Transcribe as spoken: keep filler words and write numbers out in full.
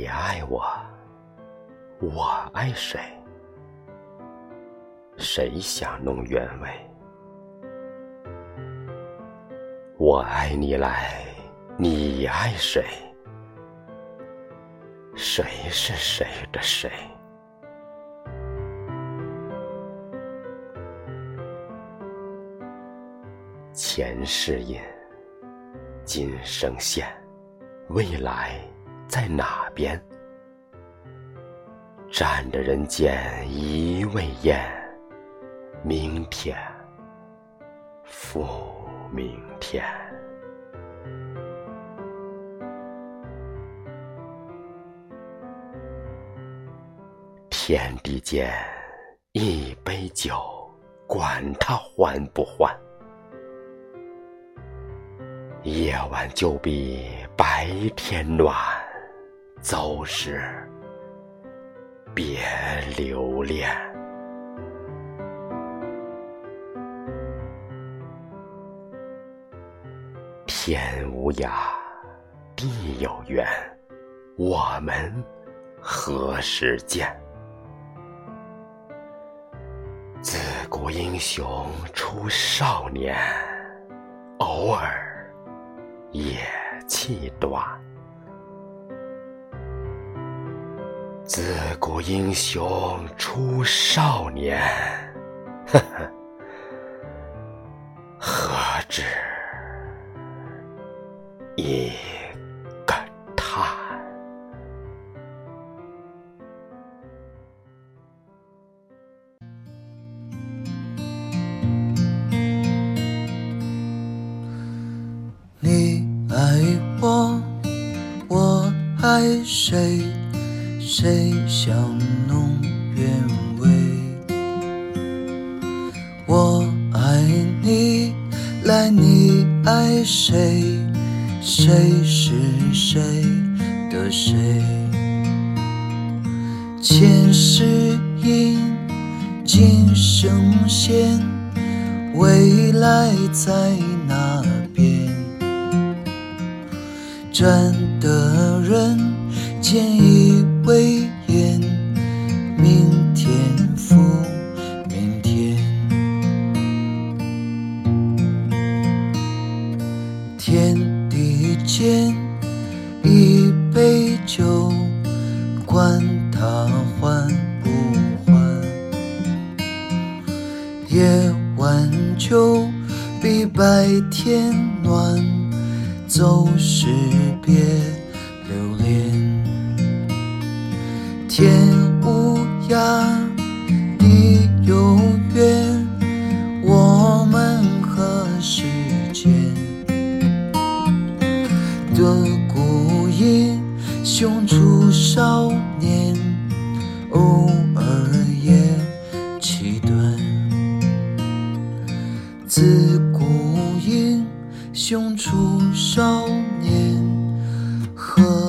爱我，我爱谁？谁想弄原委？我爱你来，你爱谁？谁是谁的谁？前世因，今生现，未来在哪边？站着人间一味烟，明天复明天。天地间一杯酒，管它欢不欢。夜晚就比白天暖，走时别留恋。天无涯，地有缘，我们何时见？自古英雄出少年，偶尔也气短。自古英雄出少年，呵呵，何止一个叹。 你爱我，我爱谁？谁想弄原委？我爱你来，你爱谁？谁是谁的谁？前世因，今生现，未来在哪边？站的人间以为烟，明天复明天。天地间一杯酒，管它欢不欢。夜晚就比白天暖，走时别留恋。天无涯，地有缘，我们何时见？得孤英雄出少年，偶尔也气短。自古英雄出少年，何